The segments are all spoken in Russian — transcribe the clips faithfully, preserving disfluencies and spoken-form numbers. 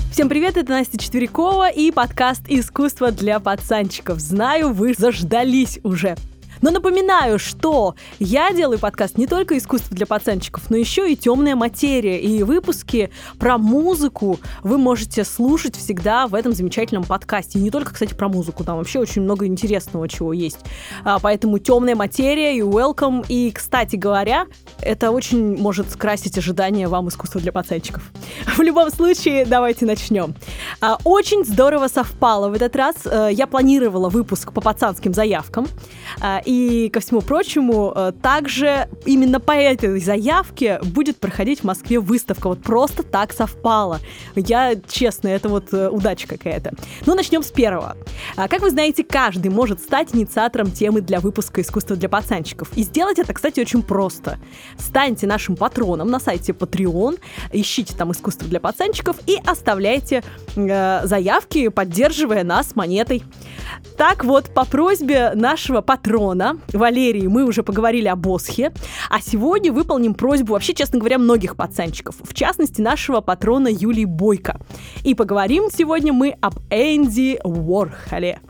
Всем привет, это Настя Четверякова и подкаст «Искусство для пацанчиков». Знаю, вы заждались уже. Но напоминаю, что я делаю подкаст не только «Искусство для пацанчиков», но еще и «Темная материя». И выпуски про музыку вы можете слушать всегда в этом замечательном подкасте. И не только, кстати, про музыку, там вообще очень много интересного чего есть. А, поэтому «Темная материя» и «Welcome». И, кстати говоря, это очень может скрасить ожидания вам «Искусства для пацанчиков». В любом случае, давайте начнем. А, очень здорово совпало в этот раз. А, я планировала выпуск по пацанским заявкам. А, И, ко всему прочему, также именно по этой заявке будет проходить в Москве выставка. Вот просто так совпало. Я, честно, это вот удача какая-то. Ну, начнем с первого. Как вы знаете, каждый может стать инициатором темы для выпуска «Искусство для пацанчиков». И сделать это, кстати, очень просто. Станьте нашим патроном на сайте Patreon, ищите там «Искусство для пацанчиков» и оставляйте э, заявки, поддерживая нас монетой. Так вот, по просьбе нашего патрона Валерии мы уже поговорили о Босхе, а сегодня выполним просьбу вообще, честно говоря, многих пацанчиков, в частности, нашего патрона Юлии Бойко. И поговорим сегодня мы об Энди Уорхоле.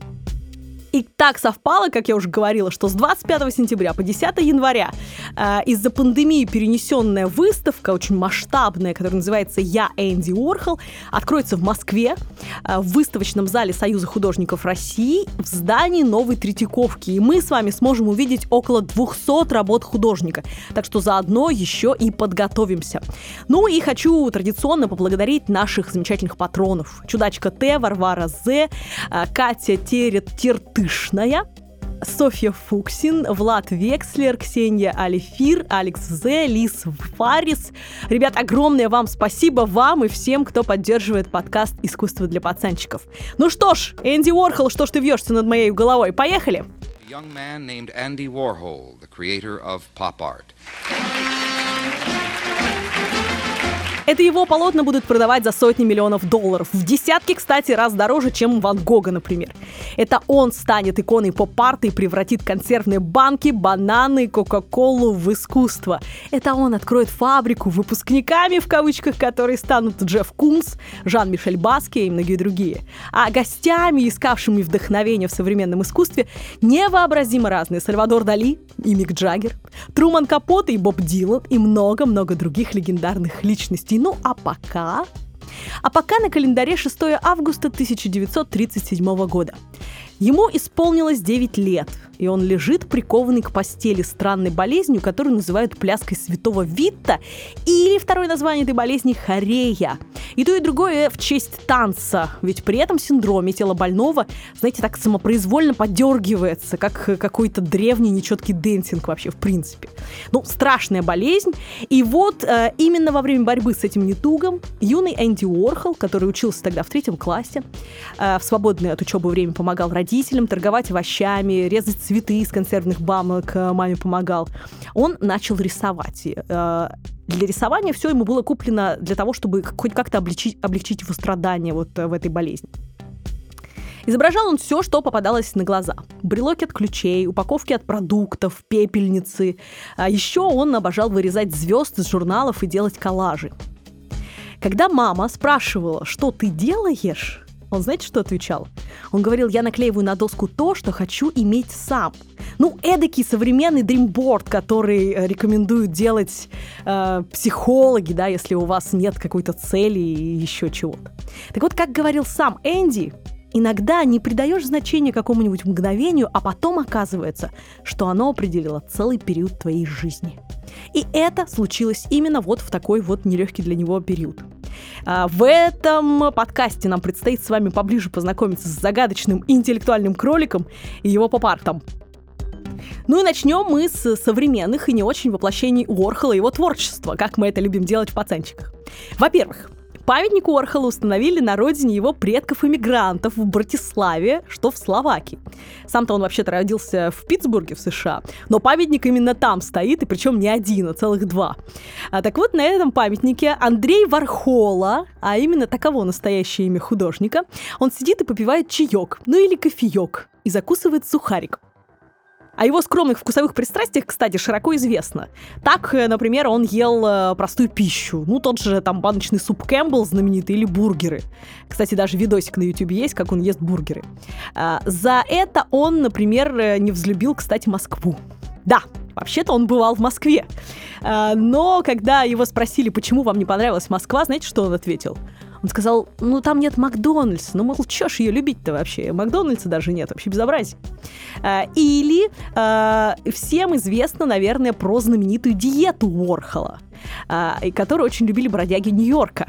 И так совпало, как я уже говорила, что с двадцать пятого сентября по десятого января э, из-за пандемии перенесенная выставка, очень масштабная, которая называется «Я Энди Уорхол», откроется в Москве э, в выставочном зале Союза художников России в здании Новой Третьяковки. И мы с вами сможем увидеть около двухсот работ художника. Так что заодно еще и подготовимся. Ну и хочу традиционно поблагодарить наших замечательных патронов. Чудачка Т, Варвара З, э, Катя Терет Тирты, Софья Фуксин, Влад Векслер, Ксения Алифир, Алекс З, Лис Фарис. Ребят, огромное вам спасибо, вам и всем, кто поддерживает подкаст «Искусство для пацанчиков». Ну что ж, Энди Уорхол, что ж ты вьешься над моей головой? Поехали! A young man named Andy Warhol, the creator of pop art. Это его полотна будут продавать за сотни миллионов долларов. В десятки, кстати, раз дороже, чем Ван Гога, например. Это он станет иконой поп-арта и превратит консервные банки, бананы, кока-колу в искусство. Это он откроет фабрику, выпускниками, в кавычках, которые станут Джефф Кумс, Жан-Мишель Баске и многие другие. А гостями, искавшими вдохновение в современном искусстве, невообразимо разные. Сальвадор Дали и Мик Джаггер, Труман Капоте и Боб Дилан и много-много других легендарных личностей. Ну, а пока... А пока на календаре шестого августа тысяча девятьсот тридцать седьмого года. Ему исполнилось девять лет, и он лежит прикованный к постели странной болезнью, которую называют пляской святого Витта, или второе название этой болезни – хорея. И то, и другое в честь танца, ведь при этом синдроме тело больного, знаете, так самопроизвольно подергивается, как какой-то древний нечеткий дэнсинг вообще в принципе. Ну, страшная болезнь. И вот э, именно во время борьбы с этим недугом юный Энди Уорхол, который учился тогда в третьем классе, э, в свободное от учебы время помогал родителям торговать овощами, резать цветы из консервных банок, маме помогал, он начал рисовать. Для рисования все ему было куплено для того, чтобы хоть как-то облегчить, облегчить его страдания вот в этой болезни. Изображал он все, что попадалось на глаза. Брелоки от ключей, упаковки от продуктов, пепельницы. А еще он обожал вырезать звезд из журналов и делать коллажи. Когда мама спрашивала, что ты делаешь, он, знаете, что отвечал? Он говорил: я наклеиваю на доску то, что хочу иметь сам. Ну, эдакий современный дримборд, который рекомендуют делать э, психологи, да, если у вас нет какой-то цели и еще чего-то. Так вот, как говорил сам Энди, иногда не придаешь значения какому-нибудь мгновению, а потом оказывается, что оно определило целый период твоей жизни. И это случилось именно вот в такой вот нелегкий для него период. В этом подкасте нам предстоит с вами поближе познакомиться с загадочным интеллектуальным кроликом и его поп-артом. Ну и начнем мы с современных и не очень воплощений Уорхола и его творчества, как мы это любим делать в пацанчиках. Во-первых, памятник Уорхолу установили на родине его предков-иммигрантов в Братиславе, что в Словакии. Сам-то он вообще-то родился в Питтсбурге, в США, но памятник именно там стоит, и причем не один, а целых два. А, так вот, на этом памятнике Андрей Вархола, а именно таково настоящее имя художника, он сидит и попивает чаек, ну или кофеек, и закусывает сухарик. О его скромных вкусовых пристрастиях, кстати, широко известно. Так, например, он ел простую пищу. Ну, тот же там баночный суп Кэмпбелл знаменитый или бургеры. Кстати, даже видосик на Ютубе есть, как он ест бургеры. За это он, например, не взлюбил, кстати, Москву. Да, вообще-то он бывал в Москве. Но когда его спросили, почему вам не понравилась Москва, знаете, что он ответил? Он сказал, ну там нет Макдональдса, ну, мол, чё ж ее любить-то вообще? Макдональдса даже нет, вообще безобразие. Или всем известно, наверное, про знаменитую диету Уорхола, которую очень любили бродяги Нью-Йорка.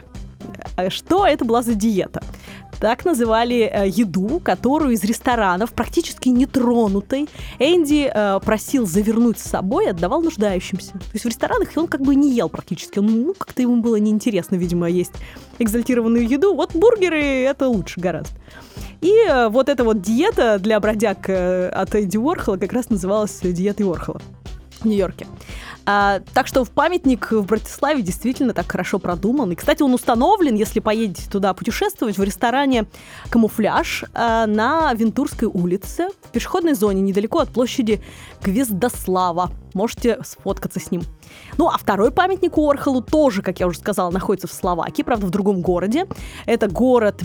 Что это была за диета? Так называли э, еду, которую из ресторанов, практически нетронутой, Энди э, просил завернуть с собой и отдавал нуждающимся. То есть в ресторанах он как бы не ел практически. Он, ну, как-то ему было неинтересно, видимо, есть экзальтированную еду. Вот бургеры — это лучше гораздо. И э, вот эта вот диета для бродяг э, от Энди Уорхола как раз называлась диетой Уорхола в Нью-Йорке. А, так что в памятник в Братиславе действительно так хорошо продуман. И, кстати, он установлен, если поедете туда путешествовать, в ресторане «Камуфляж» а, на Вентурской улице, в пешеходной зоне, недалеко от площади Гвездослава. Можете сфоткаться с ним. Ну, а второй памятник Уорхолу тоже, как я уже сказала, находится в Словакии, правда, в другом городе. Это город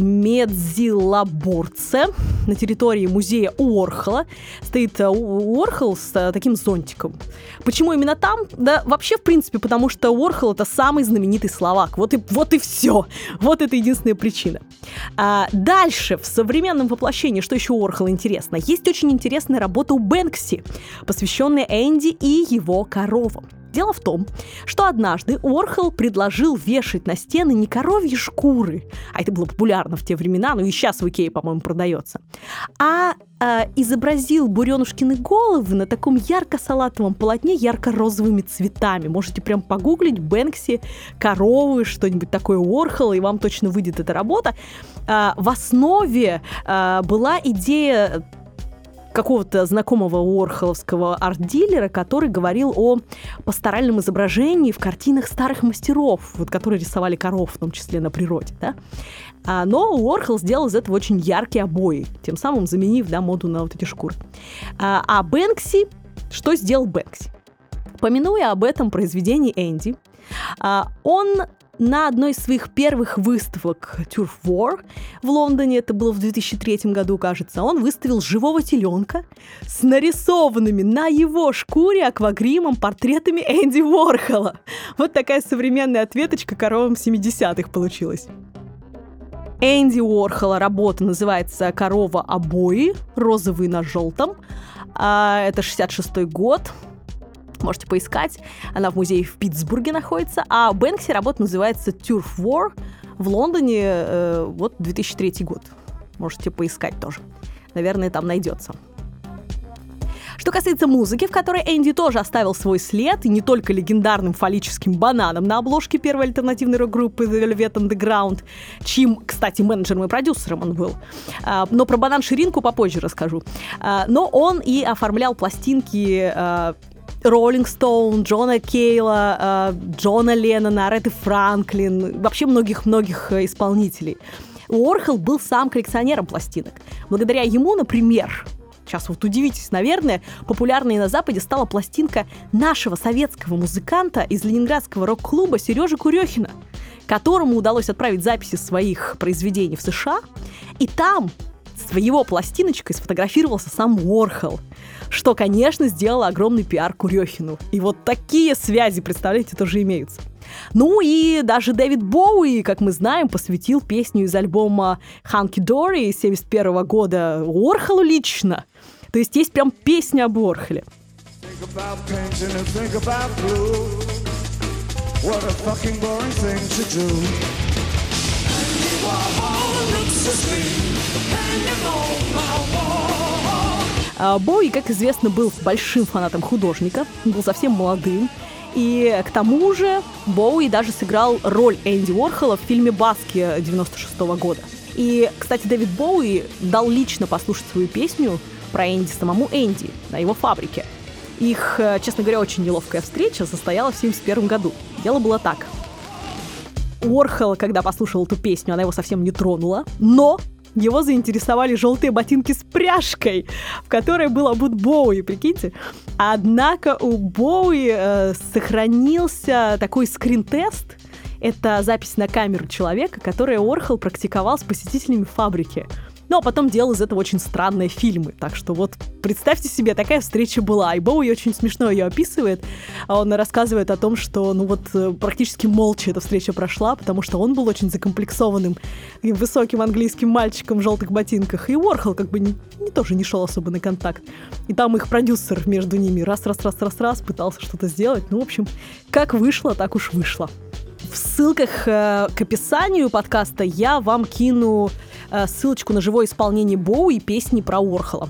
Медзилаборце. На территории музея Уорхола стоит Уорхол с таким зонтиком. Почему именно там? Да, вообще, в принципе, потому что Уорхол — это самый знаменитый словак. Вот и, вот и все. Вот это единственная причина. А дальше, в современном воплощении, что еще у Уорхола интересно? Есть очень интересная работа у Бэнкси, посвященная Энди и его коровам. Дело в том, что однажды Уорхол предложил вешать на стены не коровьи шкуры, а это было популярно в те времена, ну и сейчас в Икее, по-моему, продается, а э, изобразил буренушкины головы на таком ярко-салатовом полотне ярко-розовыми цветами. Можете прям погуглить Бэнкси, коровы, что-нибудь такое Уорхола, и вам точно выйдет эта работа. Э, в основе э, была идея какого-то знакомого уорхоловского арт-дилера, который говорил о пасторальном изображении в картинах старых мастеров, вот, которые рисовали коров, в том числе на природе, да? А, но Уорхол сделал из этого очень яркие обои, тем самым заменив, да, моду на вот эти шкуры. А, а Бэнкси, что сделал Бэнкси? Помянуя об этом произведении Энди, а, он на одной из своих первых выставок Turf War в Лондоне, это было в две тысячи третьем году, кажется, он выставил живого теленка с нарисованными на его шкуре аквагримом портретами Энди Уорхола. Вот такая современная ответочка коровам семидесятых получилась. Энди Уорхола работа называется «Корова обои», розовый на желтом. Это шестьдесят шестой год. Можете поискать. Она в музее в Питтсбурге находится. А Бэнкси работа называется Turf War в Лондоне, э, вот две тысячи третий год. Можете поискать тоже. Наверное, там найдется. Что касается музыки, в которой Энди тоже оставил свой след, и не только легендарным фаллическим бананом на обложке первой альтернативной рок-группы The Velvet Underground, чьим, кстати, менеджером и продюсером он был. А, но про банан-ширинку попозже расскажу. А, но он и оформлял пластинки а, Роллинг Стоун, Джона Кейла, Джона Леннона, Ареты Франклин, вообще многих-многих исполнителей. Уорхол был сам коллекционером пластинок. Благодаря ему, например, сейчас вот удивитесь, наверное, популярной на Западе стала пластинка нашего советского музыканта из ленинградского рок-клуба Сережи Курехина, которому удалось отправить записи своих произведений в США, и там с его пластиночкой сфотографировался сам Уорхол, что, конечно, сделало огромный пиар Курехину. И вот такие связи, представляете, тоже имеются. Ну и даже Дэвид Боуи, как мы знаем, посвятил песню из альбома «Hunky Dory» семьдесят первого года Уорхолу лично. То есть есть прям песня об Уорхоле. Боуи, как известно, был большим фанатом художника, был совсем молодым. И к тому же Боуи даже сыграл роль Энди Уорхола в фильме «Баски» девяносто шестого года. И, кстати, Дэвид Боуи дал лично послушать свою песню про Энди самому Энди на его фабрике. Их, честно говоря, очень неловкая встреча состоялась в семьдесят первом году. Дело было так. Уорхол, когда послушал эту песню, она его совсем не тронула, но его заинтересовали желтые ботинки с пряжкой, в которой был обут Боуи, прикиньте. Однако у Боуи э, сохранился такой скрин-тест. Это запись на камеру человека, которую Уорхол практиковал с посетителями фабрики. Ну, а потом делал из этого очень странные фильмы. Так что вот представьте себе, такая встреча была. И Боуи очень смешно ее описывает. Он рассказывает о том, что, ну вот, практически молча эта встреча прошла, потому что он был очень закомплексованным и высоким английским мальчиком в желтых ботинках. И Уорхол как бы не, не тоже не шел особо на контакт. И там их продюсер между ними раз-раз-раз-раз-раз пытался что-то сделать. Ну, в общем, как вышло, так уж вышло. В ссылках э, к описанию подкаста я вам кину э, ссылочку на живое исполнение Боуи песни про Уорхола.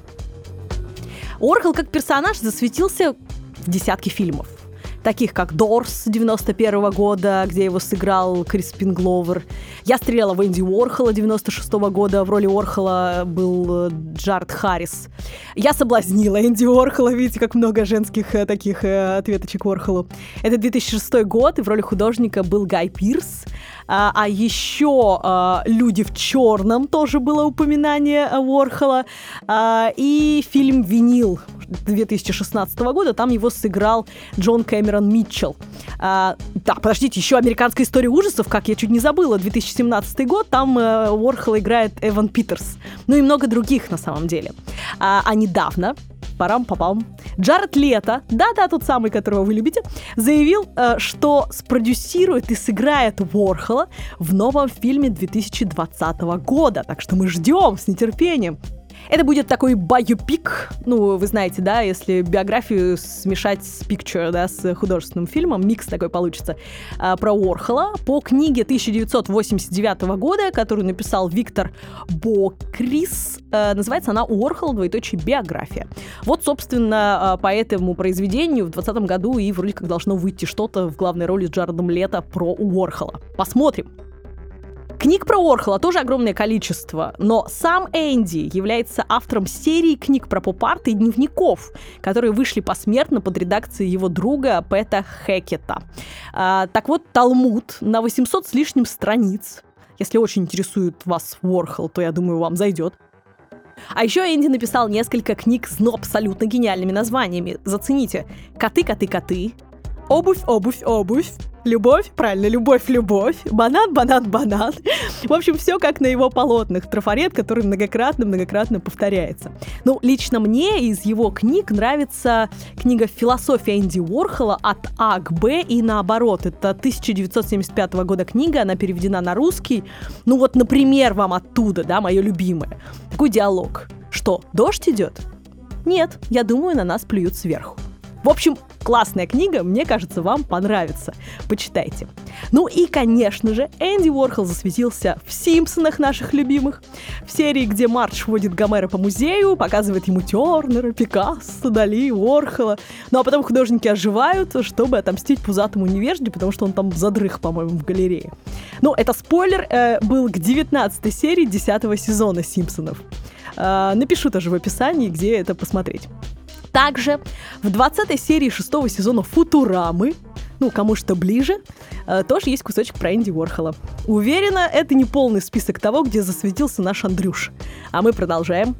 Уорхол как персонаж засветился в десятке фильмов, таких как «Дорс» девяносто первого года, где его сыграл Криспин Гловер. «Я стреляла в Энди Уорхола» девяносто шестого года, в роли Уорхола был Джаред Харрис. «Я соблазнила Энди Уорхола», видите, как много женских э, таких э, ответочек Уорхолу. Это две тысячи шестой год, и в роли художника был Гай Пирс. А, а еще а, «Люди в черном» тоже было упоминание Уорхола. А, и фильм «Винил» две тысячи шестнадцатого года, там его сыграл Джон Кэмерон Митчелл. А, да, подождите, еще «Американская история ужасов», как я чуть не забыла, две тысячи семнадцатый год, там а, Уорхола играет Эван Питерс. Ну и много других на самом деле. А, а недавно парам-папам. Джаред Лето, да-да, тот самый, которого вы любите, заявил, э, что спродюсирует и сыграет Уорхола в новом фильме две тысячи двадцатого года. Так что мы ждем с нетерпением. Это будет такой байопик, ну, вы знаете, да, если биографию смешать с picture, да, с художественным фильмом, микс такой получится, а, про Уорхола по книге тысяча девятьсот восемьдесят девятого года, которую написал Виктор Бокрис. А, называется она «Уорхол, двоеточие, биография». Вот, собственно, по этому произведению в двадцатом году и вроде как должно выйти что-то в главной роли с Джаредом Лето про Уорхола. Посмотрим. Книг про Уорхола тоже огромное количество, но сам Энди является автором серии книг про поп-арт и дневников, которые вышли посмертно под редакцией его друга Пэта Хэкета. А, так вот, Талмуд на восемьсот с лишним страниц. Если очень интересует вас Уорхол, то, я думаю, вам зайдет. А еще Энди написал несколько книг с ну, абсолютно гениальными названиями. Зацените. «Коты, коты, коты», «Обувь, обувь, обувь», «Любовь», правильно, «Любовь, любовь», «Банан, банан, банан». В общем, все как на его полотнах. Трафарет, который многократно-многократно повторяется. Ну, лично мне из его книг нравится книга «Философия Энди Уорхола от А к Б» и наоборот. Это тысяча девятьсот семьдесят пятого года книга, она переведена на русский. Ну вот, например, вам оттуда, да, мое любимое. Такой диалог. Что, дождь идет? Нет, я думаю, на нас плюют сверху. В общем, классная книга, мне кажется, вам понравится. Почитайте. Ну и, конечно же, Энди Уорхол засветился в «Симпсонах» наших любимых. В серии, где Мардж водит Гомера по музею, показывает ему Тернера, Пикассо, Дали, Уорхола. Ну а потом художники оживают, чтобы отомстить пузатому невежде, потому что он там задрых, по-моему, в галерее. Ну, это спойлер, э, был к девятнадцатой серии десятого сезона «Симпсонов». Э, напишу тоже в описании, где это посмотреть. Также в двадцатой серии шестого сезона «Футурамы», ну, кому что ближе, э, тоже есть кусочек про Энди Уорхола. Уверена, это не полный список того, где засветился наш Андрюш. А мы продолжаем.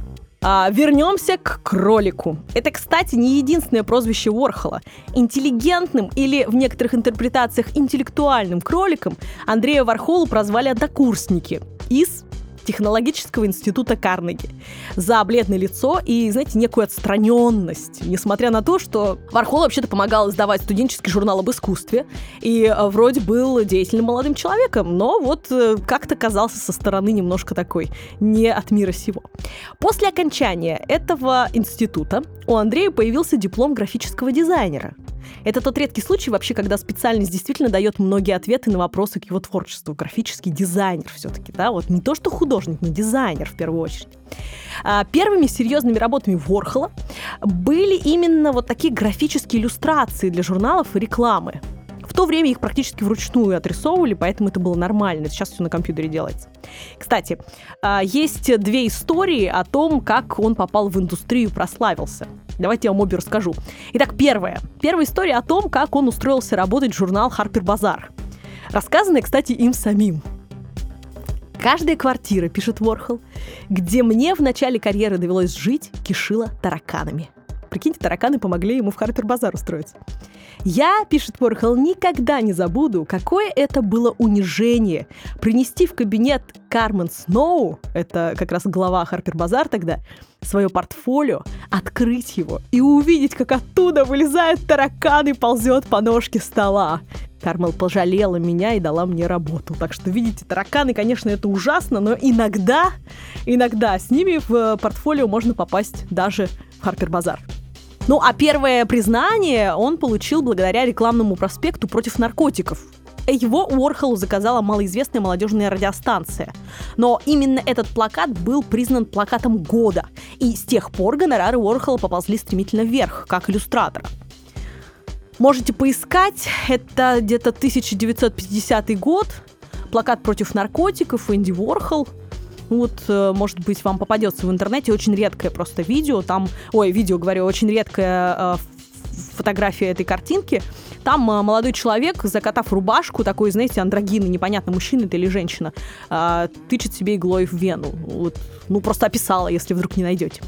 А, вернемся к кролику. Это, кстати, не единственное прозвище Уорхола. Интеллигентным или, в некоторых интерпретациях, интеллектуальным кроликом Андрея Вархолу прозвали однокурсники из технологического института Карнеги за бледное лицо и, знаете, некую отстраненность. Несмотря на то, что Вархол вообще-то помогал издавать студенческий журнал об искусстве и вроде был деятельным молодым человеком, но вот как-то казался со стороны немножко такой не от мира сего. После окончания этого института у Андрея появился диплом графического дизайнера. Это тот редкий случай вообще, когда специальность действительно дает многие ответы на вопросы к его творчеству. Графический дизайнер все-таки, да, вот не то что художник, но дизайнер в первую очередь. А, первыми серьезными работами Уорхола были именно вот такие графические иллюстрации для журналов и рекламы. В то время их практически вручную отрисовывали, поэтому это было нормально. Сейчас все на компьютере делается. Кстати, есть две истории о том, как он попал в индустрию и прославился. Давайте я вам обе расскажу. Итак, первая. Первая история о том, как он устроился работать в журнал Harper Bazaar. Рассказанная, кстати, им самим. Каждая квартира, пишет Уорхол, где мне в начале карьеры довелось жить, кишила тараканами. Прикиньте, тараканы помогли ему в Харпер-Базар устроиться. Я, пишет Уорхол, никогда не забуду, какое это было унижение принести в кабинет Кармен Сноу, это как раз глава Харпер-Базар тогда, свое портфолио, открыть его и увидеть, как оттуда вылезает таракан и ползет по ножке стола. Кармел пожалела меня и дала мне работу. Так что, видите, тараканы, конечно, это ужасно, но иногда, иногда с ними в портфолио можно попасть даже в Харпер-Базар. Ну, а первое признание он получил благодаря рекламному проспекту против наркотиков. Его Уорхолу заказала малоизвестная молодежная радиостанция. Но именно этот плакат был признан плакатом года. И с тех пор гонорары Уорхола поползли стремительно вверх, как иллюстратора. Можете поискать, это где-то тысяча девятьсот пятидесятый год, плакат против наркотиков, Энди Уорхол. Вот, может быть, вам попадется в интернете очень редкое просто видео, там, ой, видео, говорю, очень редкая э, фотография этой картинки. Там э, молодой человек, закатав рубашку, такой, знаете, андрогинный, непонятно, мужчина это или женщина, э, тычет себе иглой в вену. Вот, ну, просто описала, если вдруг не найдете.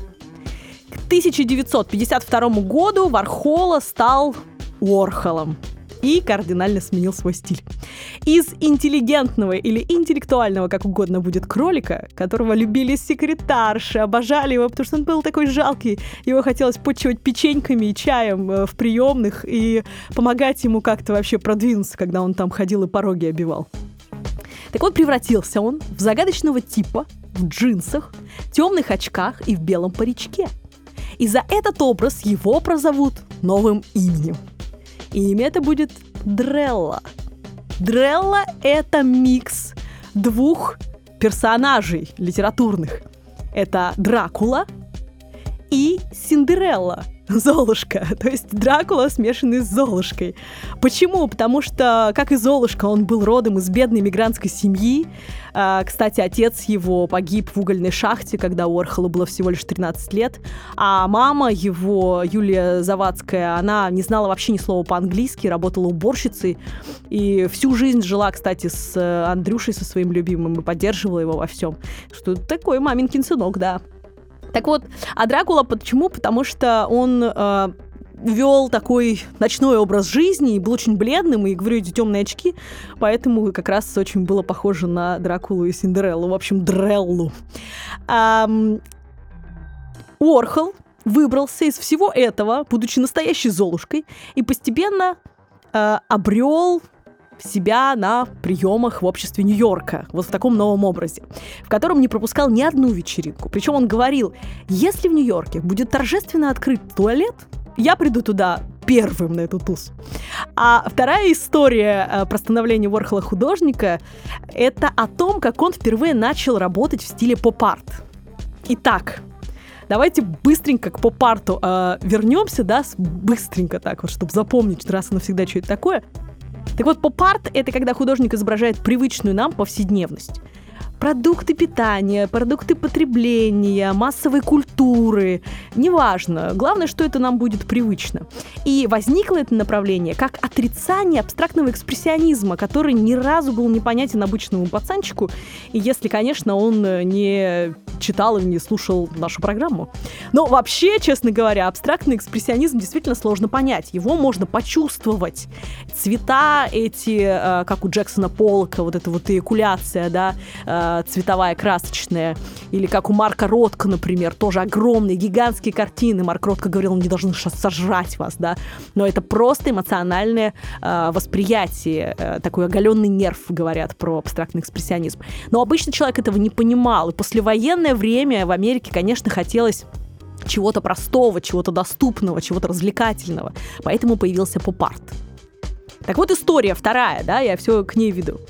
К тысяча девятьсот пятьдесят второму году Вархола стал Уорхолом и кардинально сменил свой стиль. Из интеллигентного или интеллектуального, как угодно будет, кролика, которого любили секретарши, обожали его, потому что он был такой жалкий, его хотелось почивать печеньками и чаем в приемных и помогать ему как-то вообще продвинуться, когда он там ходил и пороги обивал. Так вот, превратился он в загадочного типа в джинсах, темных очках и в белом паричке. И за этот образ его прозовут новым именем. И имя это будет Дрелла. Дрелла — это микс двух персонажей литературных. Это Дракула и Синдерелла, Золушка. То есть Дракула, смешанный с Золушкой. Почему? Потому что, как и Золушка, он был родом из бедной мигрантской семьи. Кстати, отец его погиб в угольной шахте, когда Уорхолу было всего лишь тринадцать лет. А мама его, Юлия Завадская, она не знала вообще ни слова по-английски, работала уборщицей. И всю жизнь жила, кстати, с Андрюшей, со своим любимым, и поддерживала его во всем. Что такой маминкин сынок, да. Так вот, а Дракула почему? Потому что он э, вел такой ночной образ жизни и был очень бледным, и, говорю, эти темные очки, поэтому как раз очень было похоже на Дракулу и Синдереллу, в общем, Дреллу. Эм, Уорхол выбрался из всего этого, будучи настоящей Золушкой, и постепенно э, обрел себя на приемах в обществе Нью-Йорка, вот в таком новом образе, в котором не пропускал ни одну вечеринку. Причем он говорил, если в Нью-Йорке будет торжественно открыт туалет, я приду туда первым на эту туз. А вторая история э, про становление Уорхола художника — это о том, как он впервые начал работать в стиле поп-арт. Итак, давайте быстренько к поп-арту э, вернемся, да, быстренько так вот, чтобы запомнить раз и навсегда, что это такое. Так вот, поп-арт — это когда художник изображает привычную нам повседневность. Продукты питания, продукты потребления, массовой культуры, неважно. Главное, что это нам будет привычно. И возникло это направление как отрицание абстрактного экспрессионизма, который ни разу был непонятен обычному пацанчику, и если, конечно, он не читал и не слушал нашу программу. Но вообще, честно говоря, абстрактный экспрессионизм действительно сложно понять. Его можно почувствовать. Цвета эти, как у Джексона Поллока, вот эта вот эякуляция, да, цветовая, красочная. Или как у Марка Ротко, например, тоже огромные, гигантские картины. Марк Ротко говорил, они должны сейчас сожрать вас, да. Но это просто эмоциональное э, восприятие, э, такой оголенный нерв, говорят про абстрактный экспрессионизм. Но обычно человек этого не понимал. И послевоенное время в Америке, конечно, хотелось чего-то простого, чего-то доступного, чего-то развлекательного. Поэтому появился поп-арт. Так вот, история вторая, да, я все к ней веду.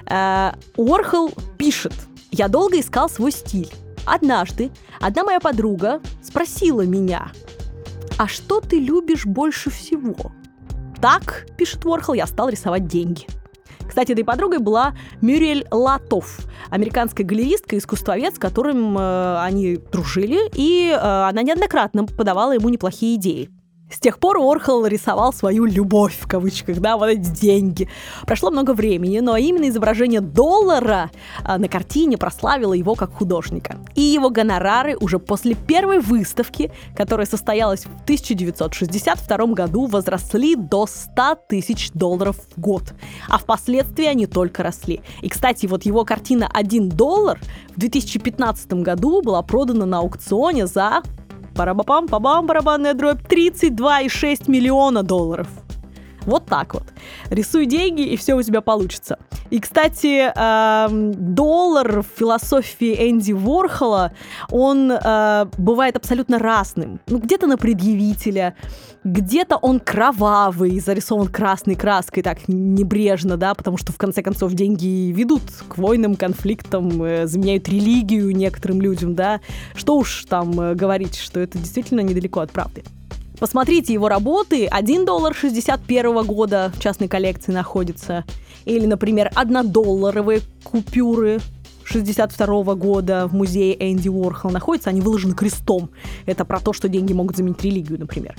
Уорхол пишет: «Я долго искал свой стиль. Однажды одна моя подруга спросила меня: а что ты любишь больше всего? Так, — пишет Уорхол, — я стал рисовать деньги». Кстати, этой подругой была Мюриэль Латофф, американская галеристка и искусствовед, с которым э, они дружили, и э, она неоднократно подавала ему неплохие идеи. С тех пор Уорхол рисовал свою «любовь», в кавычках, да, вот эти деньги. Прошло много времени, но именно изображение доллара а, на картине прославило его как художника. И его гонорары уже после первой выставки, которая состоялась в тысяча девятьсот шестьдесят втором году, возросли до ста тысяч долларов в год. А впоследствии они только росли. И, кстати, вот его картина «Один доллар» в две тысячи пятнадцатом году была продана на аукционе за... Парабапам, пабам, барабанная дробь, тридцать два и шесть миллиона долларов. Вот так вот. Рисуй деньги, и все у тебя получится. И, кстати, э, доллар в философии Энди Уорхола, он э, бывает абсолютно разным. Ну, где-то на предъявителя, где-то он кровавый, зарисован красной краской, так небрежно, да, потому что, в конце концов, деньги ведут к войнам, конфликтам, э, заменяют религию некоторым людям, да. Что уж там э, говорить, что это действительно недалеко от правды. Посмотрите его работы. Один доллар шестьдесят первого года в частной коллекции находится. Или, например, однодолларовые купюры шестьдесят второго года в музее Энди Уорхола находятся. Они выложены крестом. Это про то, что деньги могут заменить религию, например.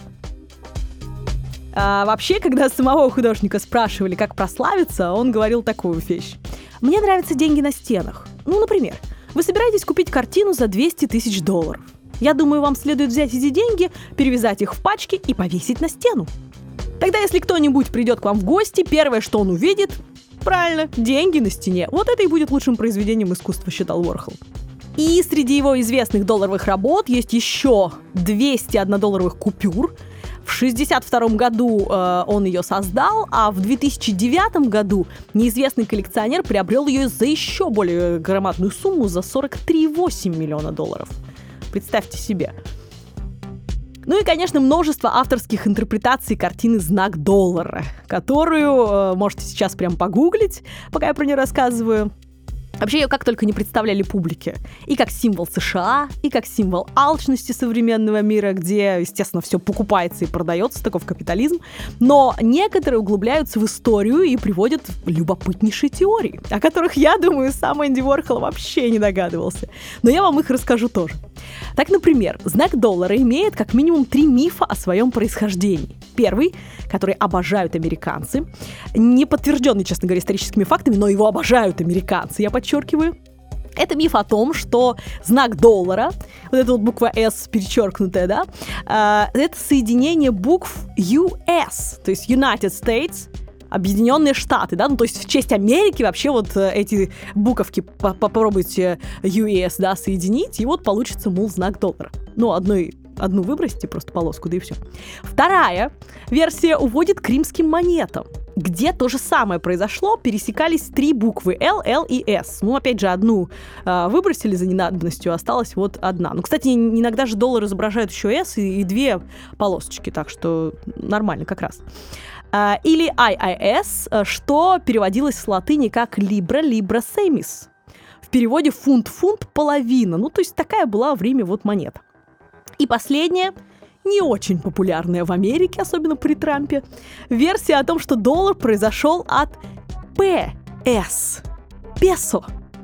А вообще, когда самого художника спрашивали, как прославиться, он говорил такую вещь. «Мне нравятся деньги на стенах. Ну, например, вы собираетесь купить картину за двести тысяч долларов. Я думаю, вам следует взять эти деньги, перевязать их в пачки и повесить на стену. Тогда, если кто-нибудь придет к вам в гости, первое, что он увидит, правильно, деньги на стене. Вот это и будет лучшим произведением искусства», считал Уорхол. И среди его известных долларовых работ есть еще двести однодолларовых купюр. В шестьдесят втором году э, он ее создал, а в две тысячи девятом году неизвестный коллекционер приобрел ее за еще более громадную сумму, за сорок три целых восемь десятых миллиона долларов. Представьте себе. Ну и, конечно, множество авторских интерпретаций картины «Знак доллара», которую э, можете сейчас прям погуглить, пока я про нее рассказываю. Вообще ее как только не представляли публике. И как символ США, и как символ алчности современного мира, где, естественно, все покупается и продается, таков капитализм. Но некоторые углубляются в историю и приводят любопытнейшие теории, о которых, я думаю, сам Энди Уорхол вообще не догадывался. Но я вам их расскажу тоже. Так, например, знак доллара имеет как минимум три мифа о своем происхождении. Первый, который обожают американцы, не подтвержденный, честно говоря, историческими фактами, но его обожают американцы, я подчеркиваю. Это миф о том, что знак доллара, вот эта вот буква S перечеркнутая, да, это соединение букв ю эс, то есть United States, Объединенные Штаты, да, ну то есть в честь Америки вообще вот эти буковки попробуйте ю эс, да, соединить, и вот получится, мол, знак доллара. Ну, одной Одну выбросите, просто полоску, да и все. Вторая версия уводит к римским монетам, где то же самое произошло, пересекались три буквы L, L и S. Ну, опять же, одну э, выбросили за ненадобностью, осталась вот одна. Ну, кстати, иногда же доллар изображают еще S и, и две полосочки, так что нормально как раз. Э, или ай ай эс, что переводилось с латыни как Libra, Libra Semis. В переводе фунт-фунт половина. Ну, то есть такая была в Риме вот монета. И последняя, не очень популярная в Америке, особенно при Трампе, версия о том, что доллар произошел от пи эс – песо.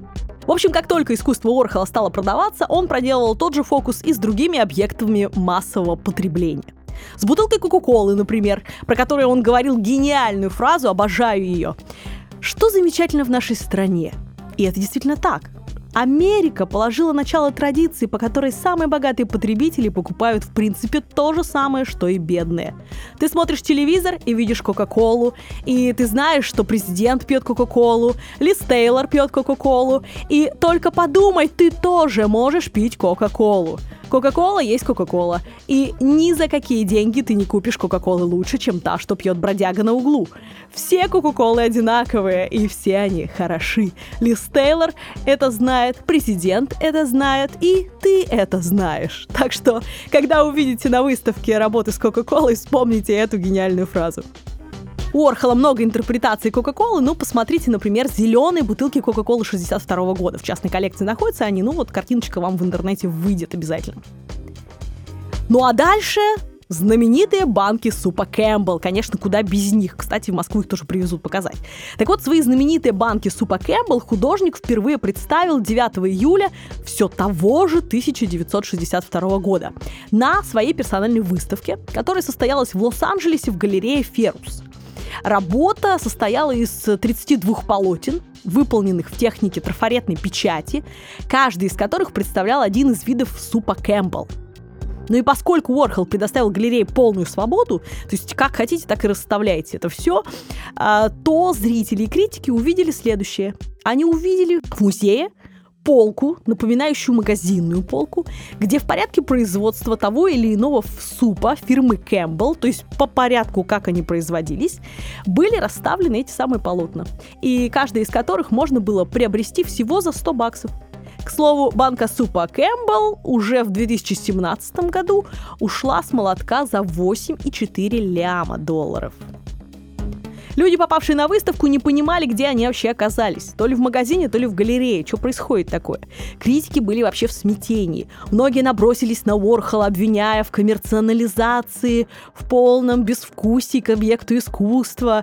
В общем, как только искусство Уорхола стало продаваться, он проделывал тот же фокус и с другими объектами массового потребления. С бутылкой Кока-Колы, например, про которую он говорил гениальную фразу, обожаю ее. «Что замечательно в нашей стране?» И это действительно так. Америка положила начало традиции, по которой самые богатые потребители покупают, в принципе, то же самое, что и бедные. Ты смотришь телевизор и видишь Кока-Колу, и ты знаешь, что президент пьет Кока-Колу, Лиз Тейлор пьет Кока-Колу, и только подумай, ты тоже можешь пить Кока-Колу. Кока-Кола есть Кока-Кола, и ни за какие деньги ты не купишь Кока-Колы лучше, чем та, что пьет бродяга на углу. Все Кока-Колы одинаковые, и все они хороши. Лиз Тейлор это знает, президент это знает, и ты это знаешь. Так что, когда увидите на выставке работы с Кока-Колой, вспомните эту гениальную фразу. У Уорхола много интерпретаций Кока-Колы, ну, посмотрите, например, зеленые бутылки Кока-Колы шестьдесят второго года. В частной коллекции находятся они, ну, вот картиночка вам в интернете выйдет обязательно. Ну, а дальше Знаменитые банки супа Кэмпбелл. Конечно, куда без них. Кстати, в Москву их тоже привезут показать. Так вот, свои знаменитые банки супа Кэмпбелл художник впервые представил девятого июля все того же тысяча девятьсот шестьдесят второго года на своей персональной выставке, которая состоялась в Лос-Анджелесе в галерее Феррус. Работа состояла из тридцати двух полотен, выполненных в технике трафаретной печати, каждый из которых представлял один из видов супа Кэмпбелл. Ну и поскольку Уорхол предоставил галерее полную свободу, то есть как хотите, так и расставляйте это все, то зрители и критики увидели следующее. Они увидели в музее полку, напоминающую магазинную полку, где в порядке производства того или иного супа фирмы Кэмпбелл, то есть по порядку, как они производились, были расставлены эти самые полотна, и каждый из которых можно было приобрести всего за сто баксов. К слову, банка супа Кэмпбелл уже в две тысячи семнадцатом году ушла с молотка за восемь и четыре ляма долларов. Люди, попавшие на выставку, не понимали, где они вообще оказались. То ли в магазине, то ли в галерее. Что происходит такое? Критики были вообще в смятении. Многие набросились на Уорхола, обвиняя в коммерциализации, в полном безвкусии к объекту искусства.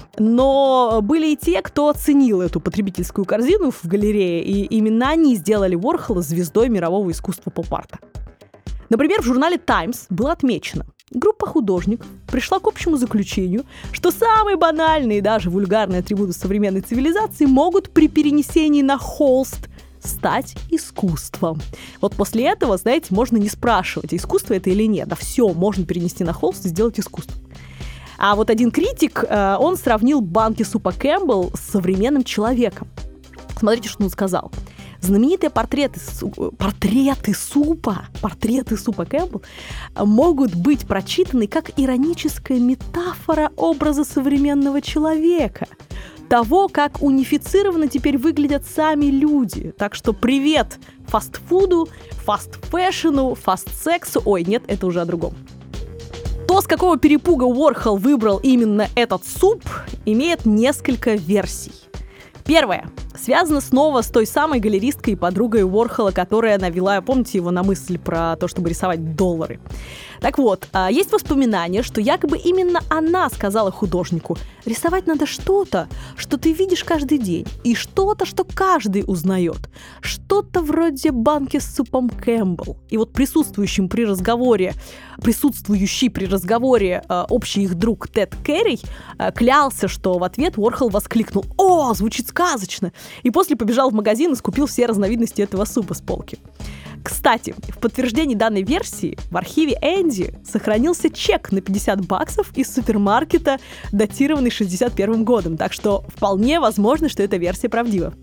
Но были и те, кто оценил эту потребительскую корзину в галерее, и именно они сделали Уорхола звездой мирового искусства поп-арта. Например, в журнале «Таймс» было отмечено: группа художников пришла к общему заключению, что самые банальные и даже вульгарные атрибуты современной цивилизации могут при перенесении на холст стать искусством. Вот после этого, знаете, можно не спрашивать, искусство это или нет. Да все, можно перенести на холст и сделать искусство. А вот один критик, он сравнил банки супа Кэмпбелл с современным человеком. Смотрите, что он сказал. Знаменитые портреты, портреты супа, портреты супа Кэмпбелл могут быть прочитаны как ироническая метафора образа современного человека, того, как унифицированно теперь выглядят сами люди. Так что привет фастфуду, фастфэшну, фастсексу. Ой, нет, это уже о другом. То, с какого перепуга Уорхол выбрал именно этот суп, имеет несколько версий. Первое. Связано снова с той самой галеристкой и подругой Уорхола, которая навела, помните, его на мысль про то, чтобы рисовать доллары. Так вот, есть воспоминания, что якобы именно она сказала художнику: рисовать надо что-то, что ты видишь каждый день, и что-то, что каждый узнает. Что-то вроде банки с супом Кэмпбелл. И вот присутствующим при разговоре, присутствующий при разговоре э, общий их друг Тед Керри э, клялся, что в ответ Уорхол воскликнул: «О, звучит сказочно!» И после побежал в магазин и скупил все разновидности этого супа с полки. Кстати, в подтверждении данной версии в архиве Энди сохранился чек на пятьдесят баксов из супермаркета, датированный шестьдесят первым годом, так что вполне возможно, что эта версия правдива.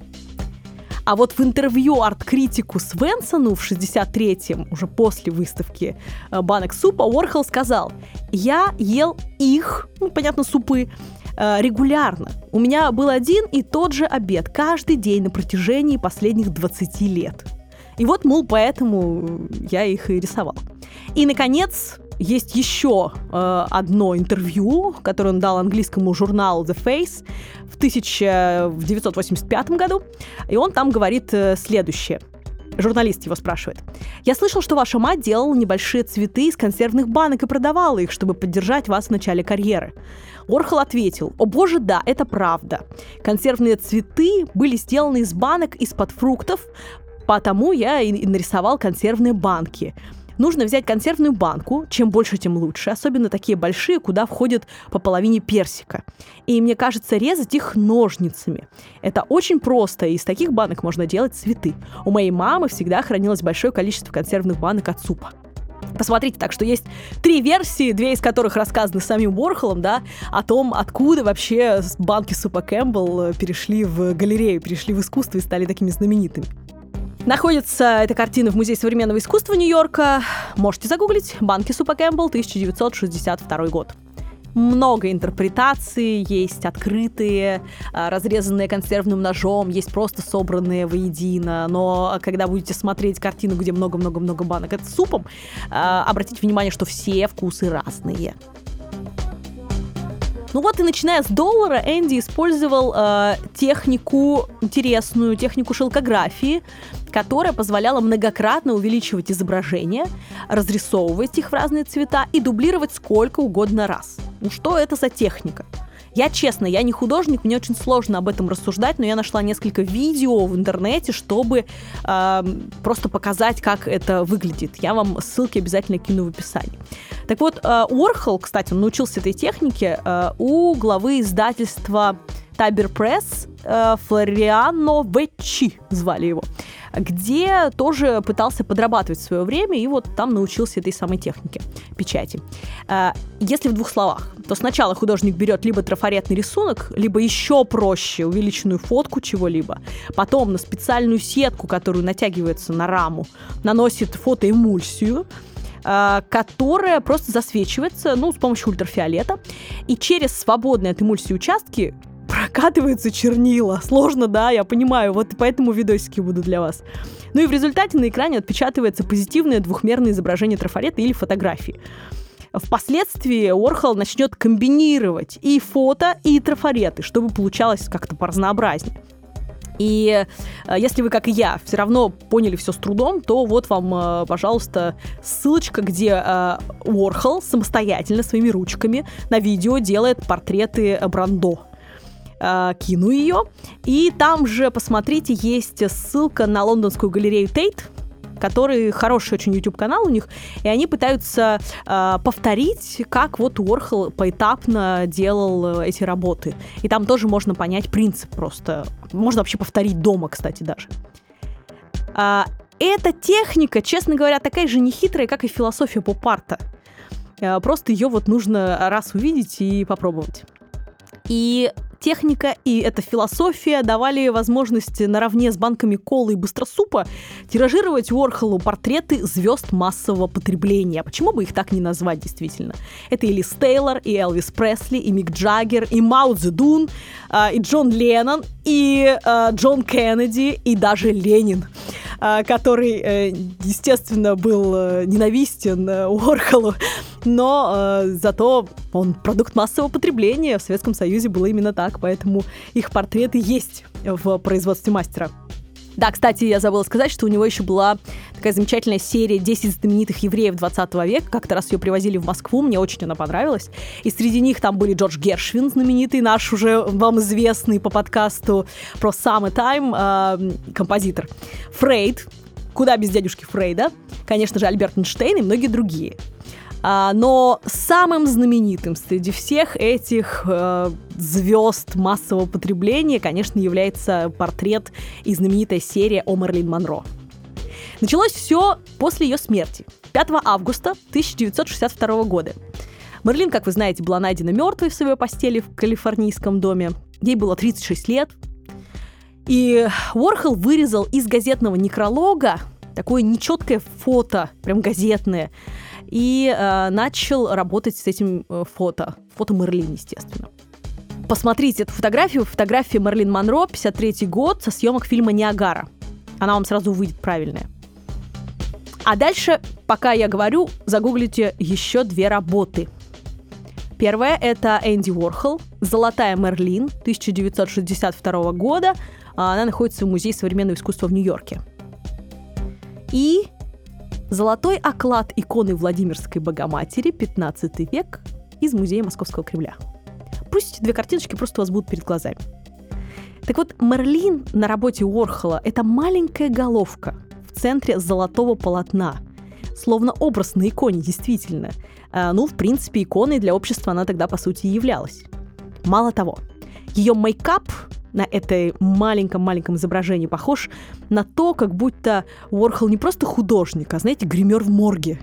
А вот в интервью арт-критику Свенсону в шестьдесят третьем, уже после выставки банок супа, Уорхол сказал: «Я ел их, ну, понятно, супы, регулярно. У меня был один и тот же обед каждый день на протяжении последних двадцати лет. И вот, мол, поэтому я их и рисовал». И, наконец, есть еще э, одно интервью, которое он дал английскому журналу The Face в тысяча девятьсот восемьдесят пятом году, и он там говорит э, следующее. Журналист его спрашивает: «Я слышал, что ваша мать делала небольшие цветы из консервных банок и продавала их, чтобы поддержать вас в начале карьеры». Уорхол ответил: «О боже, да, это правда. Консервные цветы были сделаны из банок из-под фруктов, потому я и нарисовал консервные банки. Нужно взять консервную банку, чем больше, тем лучше, особенно такие большие, куда входит по половине персика. И мне кажется, резать их ножницами. Это очень просто, и из таких банок можно делать цветы. У моей мамы всегда хранилось большое количество консервных банок от супа». Посмотрите, так что есть три версии, две из которых рассказаны самим Уорхолом, да, о том, откуда вообще банки супа Кэмпбелл перешли в галерею, перешли в искусство и стали такими знаменитыми. Находится эта картина в Музее современного искусства Нью-Йорка. Можете загуглить. Банки супа Кэмпбелл, тысяча девятьсот шестьдесят второй год. Много интерпретаций, есть открытые, разрезанные консервным ножом, есть просто собранные воедино. Но когда будете смотреть картину, где много-много-много банок с супом, обратите внимание, что все вкусы разные. Ну вот и начиная с доллара, Энди использовал э, технику, интересную технику шелкографии, которая позволяла многократно увеличивать изображения, разрисовывать их в разные цвета и дублировать сколько угодно раз. Ну что это за техника? Я, честно, я не художник, мне очень сложно об этом рассуждать, но я нашла несколько видео в интернете, чтобы э, просто показать, как это выглядит. Я вам ссылки обязательно кину в описании. Так вот, э, Уорхол, кстати, он научился этой технике э, у главы издательства Тайбер Пресс, э, Флориано Веччи звали его, где тоже пытался подрабатывать в свое время, и вот там научился этой самой технике печати. Если в двух словах, то сначала художник берет либо трафаретный рисунок, либо еще проще увеличенную фотку чего-либо, потом на специальную сетку, которую натягивается на раму, наносит фотоэмульсию, которая просто засвечивается, ну, с помощью ультрафиолета, и через свободные от эмульсии участки прокатываются чернила. Сложно, да, я понимаю, вот поэтому видосики будут для вас. Ну и в результате на экране отпечатывается позитивное двухмерное изображение трафарета или фотографии. Впоследствии Уорхол начнет комбинировать и фото, и трафареты, чтобы получалось как-то поразнообразнее. И э, если вы, как и я, все равно поняли все с трудом, то вот вам, э, пожалуйста, ссылочка, где э, Уорхол самостоятельно своими ручками на видео делает портреты Брандо. Э, кину ее. И там же, посмотрите, есть ссылка на лондонскую галерею Тейт, который хороший очень YouTube-канал у них, и они пытаются э, повторить, как вот Уорхол поэтапно делал э, эти работы. И там тоже можно понять принцип просто. Можно вообще повторить дома, кстати, даже. А, эта техника, честно говоря, такая же нехитрая, как и философия поп-арта. А, просто ее вот нужно раз увидеть и попробовать. И техника и эта философия давали возможность наравне с банками колы и быстросупа тиражировать Уорхолу портреты звезд массового потребления. Почему бы их так не назвать, действительно? Это и Лиз Тейлор, и Элвис Пресли, и Мик Джаггер, и Мао Цзэдун, и Джон Леннон, и Джон Кеннеди, и даже Ленин, который, естественно, был ненавистен Уорхолу, но зато он продукт массового потребления. В Советском Союзе было именно так, поэтому их портреты есть в производстве мастера. Да, кстати, я забыла сказать, что у него еще была такая замечательная серия «десять знаменитых евреев двадцатого века». Как-то раз ее привозили в Москву, мне очень она понравилась. И среди них там были Джордж Гершвин, знаменитый наш уже вам известный по подкасту про Summertime э, композитор. Фрейд, куда без дядюшки Фрейда. Конечно же, Альберт Эйнштейн и многие другие. А, но самым знаменитым среди всех этих э, звезд массового потребления, конечно, является портрет и знаменитая серия о Мэрилин Монро. Началось все после ее смерти, пятого августа тысяча девятьсот шестьдесят второго года. Мэрилин, как вы знаете, была найдена мертвой в своей постели в калифорнийском доме. Ей было тридцать шесть лет. И Уорхол вырезал из газетного некролога такое нечеткое фото, прям газетное, и э, начал работать с этим э, фото. Фото Мэрилин, естественно. Посмотрите эту фотографию. Фотография Мэрилин Монро, пятьдесят третий год, со съемок фильма «Ниагара». Она вам сразу выйдет правильная. А дальше, пока я говорю, загуглите еще две работы. Первая — это Энди Уорхол, «Золотая Мэрилин» тысяча девятьсот шестьдесят второго года. Она находится в Музее современного искусства в Нью-Йорке. И золотой оклад иконы Владимирской Богоматери, пятнадцатый век, из Музея Московского Кремля. Пусть эти две картиночки просто у вас будут перед глазами. Так вот, Мэрилин на работе Уорхола — это маленькая головка в центре золотого полотна. Словно образ на иконе, действительно. А, ну, в принципе, иконой для общества она тогда, по сути, и являлась. Мало того, ее мейкап на этой маленьком-маленьком изображении похож на то, как будто Уорхол не просто художник, а, знаете, гример в морге.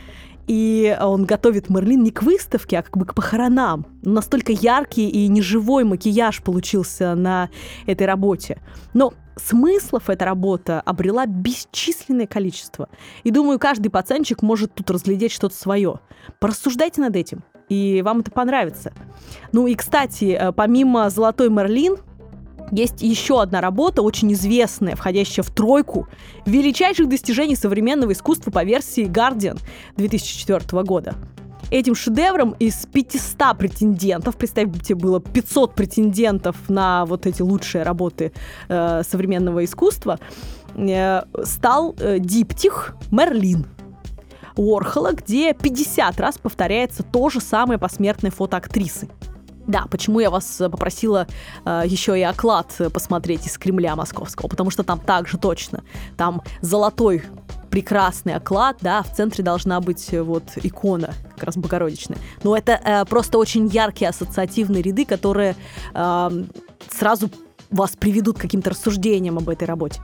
И он готовит Мэрилин не к выставке, а как бы к похоронам. Настолько яркий и неживой макияж получился на этой работе. Но смыслов эта работа обрела бесчисленное количество. И думаю, каждый пацанчик может тут разглядеть что-то свое. Порассуждайте над этим, и вам это понравится. Ну и, кстати, помимо «Золотой Мэрилин», есть еще одна работа, очень известная, входящая в тройку величайших достижений современного искусства по версии Guardian две тысячи четвёртого года. этим шедевром из пятисот претендентов, представьте, было пятьсот претендентов на вот эти лучшие работы э, современного искусства, э, стал э, диптих «Мерлин» Уорхола, где пятьдесят раз повторяется то же самое посмертное фото актрисы. Да, почему я вас попросила э, еще и оклад посмотреть из Кремля московского, потому что там также точно, там золотой прекрасный оклад, да, в центре должна быть вот икона, как раз Богородичная. Но это э, просто очень яркие ассоциативные ряды, которые э, сразу вас приведут к каким-то рассуждениям об этой работе.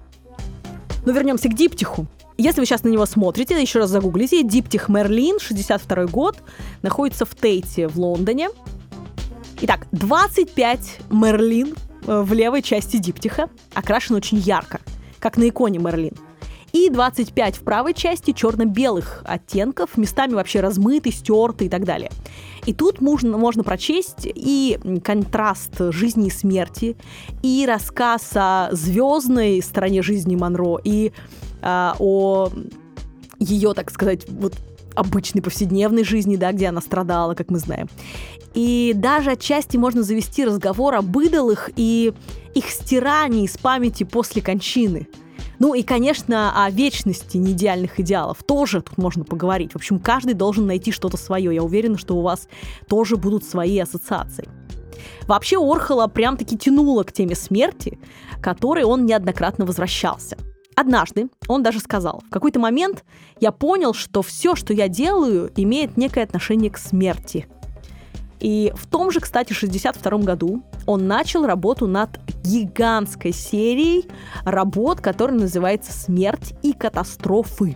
Но вернемся к диптиху. Если вы сейчас на него смотрите, еще раз загуглите, диптих «Мерлин», шестьдесят второй год, находится в Тейте в Лондоне. Итак, двадцать пять Мерлин в левой части диптиха окрашен очень ярко, как на иконе Мерлин. И двадцать пять в правой части черно-белых оттенков, местами вообще размыты, стерты и так далее. И тут можно, можно прочесть и контраст жизни и смерти, и рассказ о звездной стороне жизни Монро, и а, о ее, так сказать, вот обычной повседневной жизни, да, где она страдала, как мы знаем. И даже отчасти можно завести разговор об идолах и их стирании из памяти после кончины. Ну и, конечно, о вечности неидеальных идеалов тоже тут можно поговорить. В общем, каждый должен найти что-то свое. Я уверена, что у вас тоже будут свои ассоциации. Вообще Уорхола прям-таки тянуло к теме смерти, к которой он неоднократно возвращался. Однажды он даже сказал: в какой-то момент я понял, что все, что я делаю, имеет некое отношение к смерти. И в том же, кстати, шестьдесят втором году он начал работу над гигантской серией работ, которая называется «Смерть и катастрофы».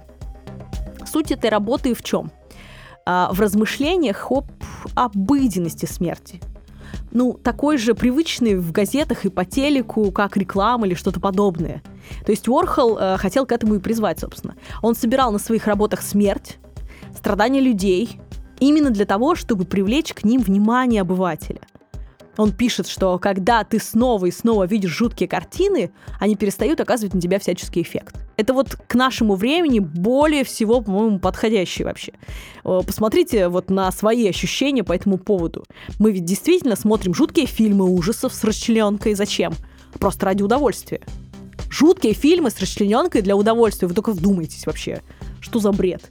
Суть этой работы в чем? В размышлениях об обыденности смерти. Ну, такой же привычный в газетах и по телеку, как реклама или что-то подобное. То есть Уорхол э, хотел к этому и призвать, собственно. Он собирал на своих работах смерть, страдания людей, именно для того, чтобы привлечь к ним внимание обывателя. Он пишет, что когда ты снова и снова видишь жуткие картины, они перестают оказывать на тебя всяческий эффект. Это вот к нашему времени более всего, по-моему, подходящий вообще. Посмотрите вот на свои ощущения по этому поводу. Мы ведь действительно смотрим жуткие фильмы ужасов с расчлененкой. Зачем? Просто ради удовольствия. Жуткие фильмы с расчлененкой для удовольствия. Вы только вдумайтесь вообще. Что за бред?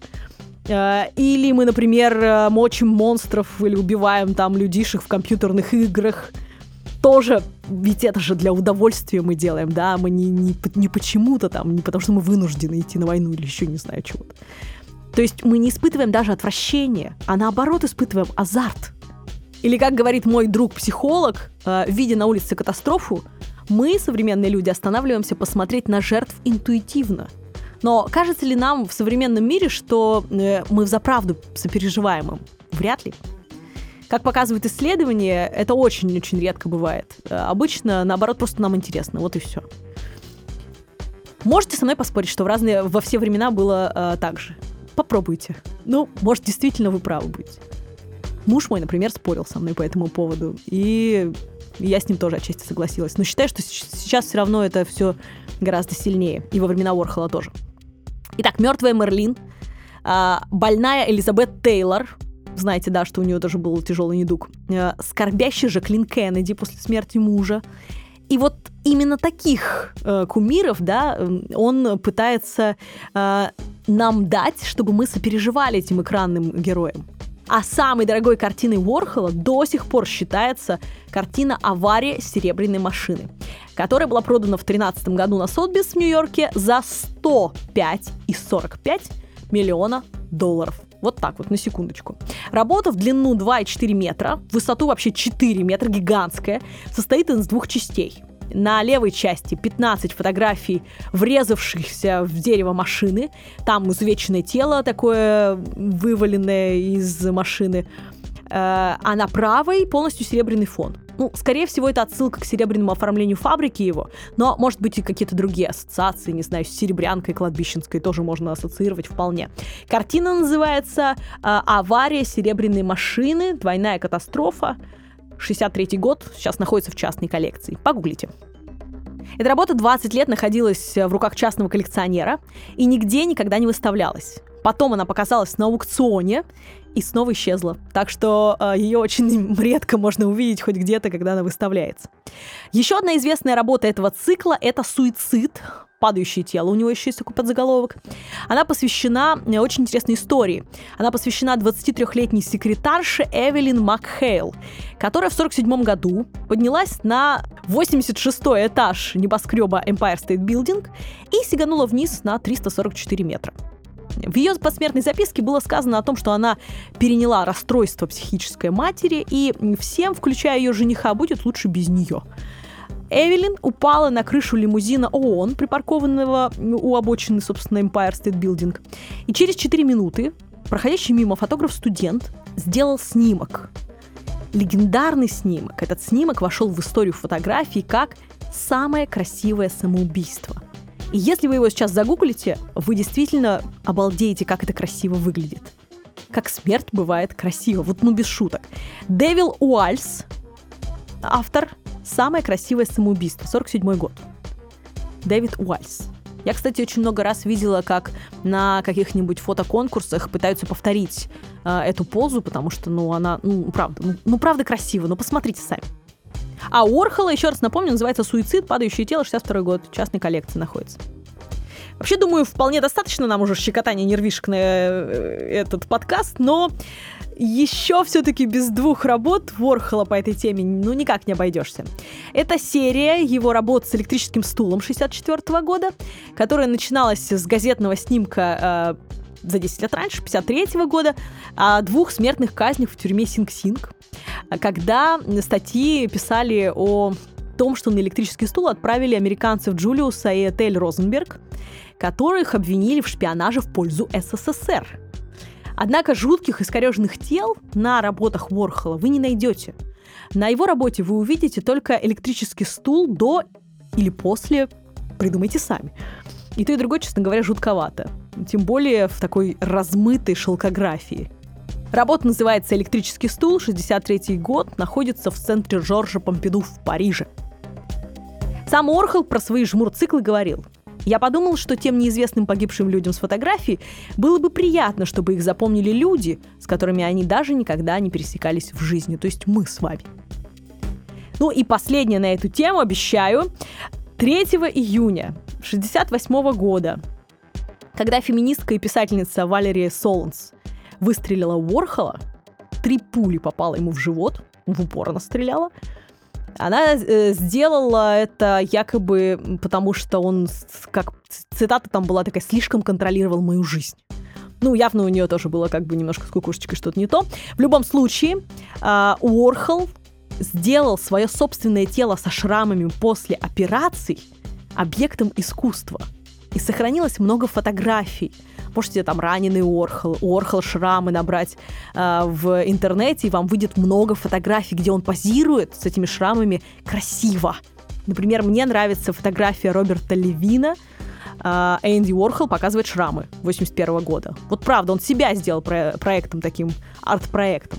Или мы, например, мочим монстров или убиваем там людишек в компьютерных играх. Тоже, ведь это же для удовольствия мы делаем, да, мы не, не, не почему-то там, не потому что мы вынуждены идти на войну или еще не знаю чего-то. То есть мы не испытываем даже отвращение, а наоборот испытываем азарт. Или, как говорит мой друг-психолог, э, видя на улице катастрофу, мы, современные люди, останавливаемся посмотреть на жертв интуитивно. Но кажется ли нам в современном мире, что э, мы взаправду сопереживаем им? Вряд ли. Как показывают исследования, это очень-очень редко бывает. Обычно, наоборот, просто нам интересно. Вот и все. Можете со мной поспорить, что в разные, во все времена было э, так же? Попробуйте. Ну, может, действительно вы правы будете. Муж мой, например, спорил со мной по этому поводу. И я с ним тоже отчасти согласилась. Но считаю, что сейчас все равно это все гораздо сильнее. И во времена Уорхола тоже. Итак, «Мертвая Мерлин», э, больная Элизабет Тейлор. Знаете, да, что у нее тоже был тяжелый недуг. Э, скорбящий Жаклин Кеннеди после смерти мужа. И вот именно таких э, кумиров, да, он пытается э, нам дать, чтобы мы сопереживали этим экранным героям. А самой дорогой картиной Уорхола до сих пор считается картина «Авария серебряной машины», которая была продана в тринадцатом году на Сотбис в Нью-Йорке за сто пять целых сорок пять сотых миллиона долларов. Вот так вот, на секундочку. Работа в длину два и четыре метра, в высоту вообще четыре метра, гигантская, состоит из двух частей. На левой части пятнадцать фотографий, врезавшихся в дерево машины. Там изувеченное тело такое, вываленное из машины. А на правой полностью серебряный фон. Ну, скорее всего, это отсылка к серебряному оформлению фабрики его, но, может быть, и какие-то другие ассоциации, не знаю, с серебрянкой кладбищенской тоже можно ассоциировать вполне. Картина называется «Авария серебряной машины. Двойная катастрофа». шестьдесят третий год, сейчас находится в частной коллекции. Погуглите. Эта работа двадцать лет находилась в руках частного коллекционера и нигде никогда не выставлялась. Потом она показалась на аукционе и снова исчезла. Так что э, ее очень редко можно увидеть хоть где-то, когда она выставляется. Еще одна известная работа этого цикла — это «Суицид». «Падающее тело», у него еще есть такой подзаголовок. Она посвящена очень интересной истории. Она посвящена двадцатитрёхлетней секретарше Эвелин Макхейл, которая в сорок седьмом году поднялась на восемьдесят шестой этаж небоскреба Empire State Building и сиганула вниз на триста сорок четыре метра. В ее посмертной записке было сказано о том, что она переняла расстройство психической матери, и всем, включая ее жениха, будет лучше без нее. Эвелин упала на крышу лимузина ООН, припаркованного у обочины, собственно, Empire State Building. И через четыре минуты проходящий мимо фотограф-студент сделал снимок. Легендарный снимок. Этот снимок вошел в историю фотографии как самое красивое самоубийство. И если вы его сейчас загуглите, вы действительно обалдеете, как это красиво выглядит. Как смерть бывает красиво. Вот ну без шуток. Дэвил Уальс, автор «Самое красивое самоубийство», сорок седьмой год. Дэвид Уальс. Я, кстати, очень много раз видела, как на каких-нибудь фотоконкурсах пытаются повторить э, эту позу, потому что, ну, она, ну, правда, ну, ну, правда красиво, но посмотрите сами. А у Уорхола, еще раз напомню, называется «Суицид. Падающее тело», шестьдесят второй год, в частной коллекции находится. Вообще, думаю, вполне достаточно нам уже щекотания нервишек на этот подкаст, но еще все-таки без двух работ Уорхола по этой теме ну никак не обойдешься. Это серия его работ с электрическим стулом шестьдесят четвёртого года, которая начиналась с газетного снимка э, за десять лет раньше, пятьдесят третьего года, о двух смертных казнях в тюрьме Синг-Синг, когда статьи писали о том, что на электрический стул отправили американцев Джулиуса и Этель Розенберг, которых обвинили в шпионаже в пользу СССР. Однако жутких искореженных тел на работах Уорхола вы не найдете. На его работе вы увидите только электрический стул до или после, придумайте сами. И то, и другое, честно говоря, жутковато. Тем более в такой размытой шелкографии. Работа называется «Электрический стул», шестьдесят третий год, находится в центре Жоржа Помпиду в Париже. Сам Уорхол про свои жмур-циклы говорил: «Я подумал, что тем неизвестным погибшим людям с фотографий было бы приятно, чтобы их запомнили люди, с которыми они даже никогда не пересекались в жизни, то есть мы с вами». Ну и последнее на эту тему, обещаю. третьего июня шестьдесят восьмого года, когда феминистка и писательница Валерия Солонс выстрелила в Уорхола, три пули попало ему в живот, в упор она стреляла. Она э, сделала это якобы потому, что он, как цитата там была такая, слишком контролировал мою жизнь. Ну, явно у нее тоже было как бы немножко с кукушечкой что-то не то. В любом случае, э, Уорхол сделал свое собственное тело со шрамами после операций объектом искусства. И сохранилось много фотографий. Можете там раненый Уорхол, Уорхол шрамы набрать э, в интернете, и вам выйдет много фотографий, где он позирует с этими шрамами красиво. Например, мне нравится фотография Роберта Левина. Э, Энди Уорхол показывает шрамы восемьдесят первого года. Вот правда, он себя сделал про- проектом таким, арт-проектом.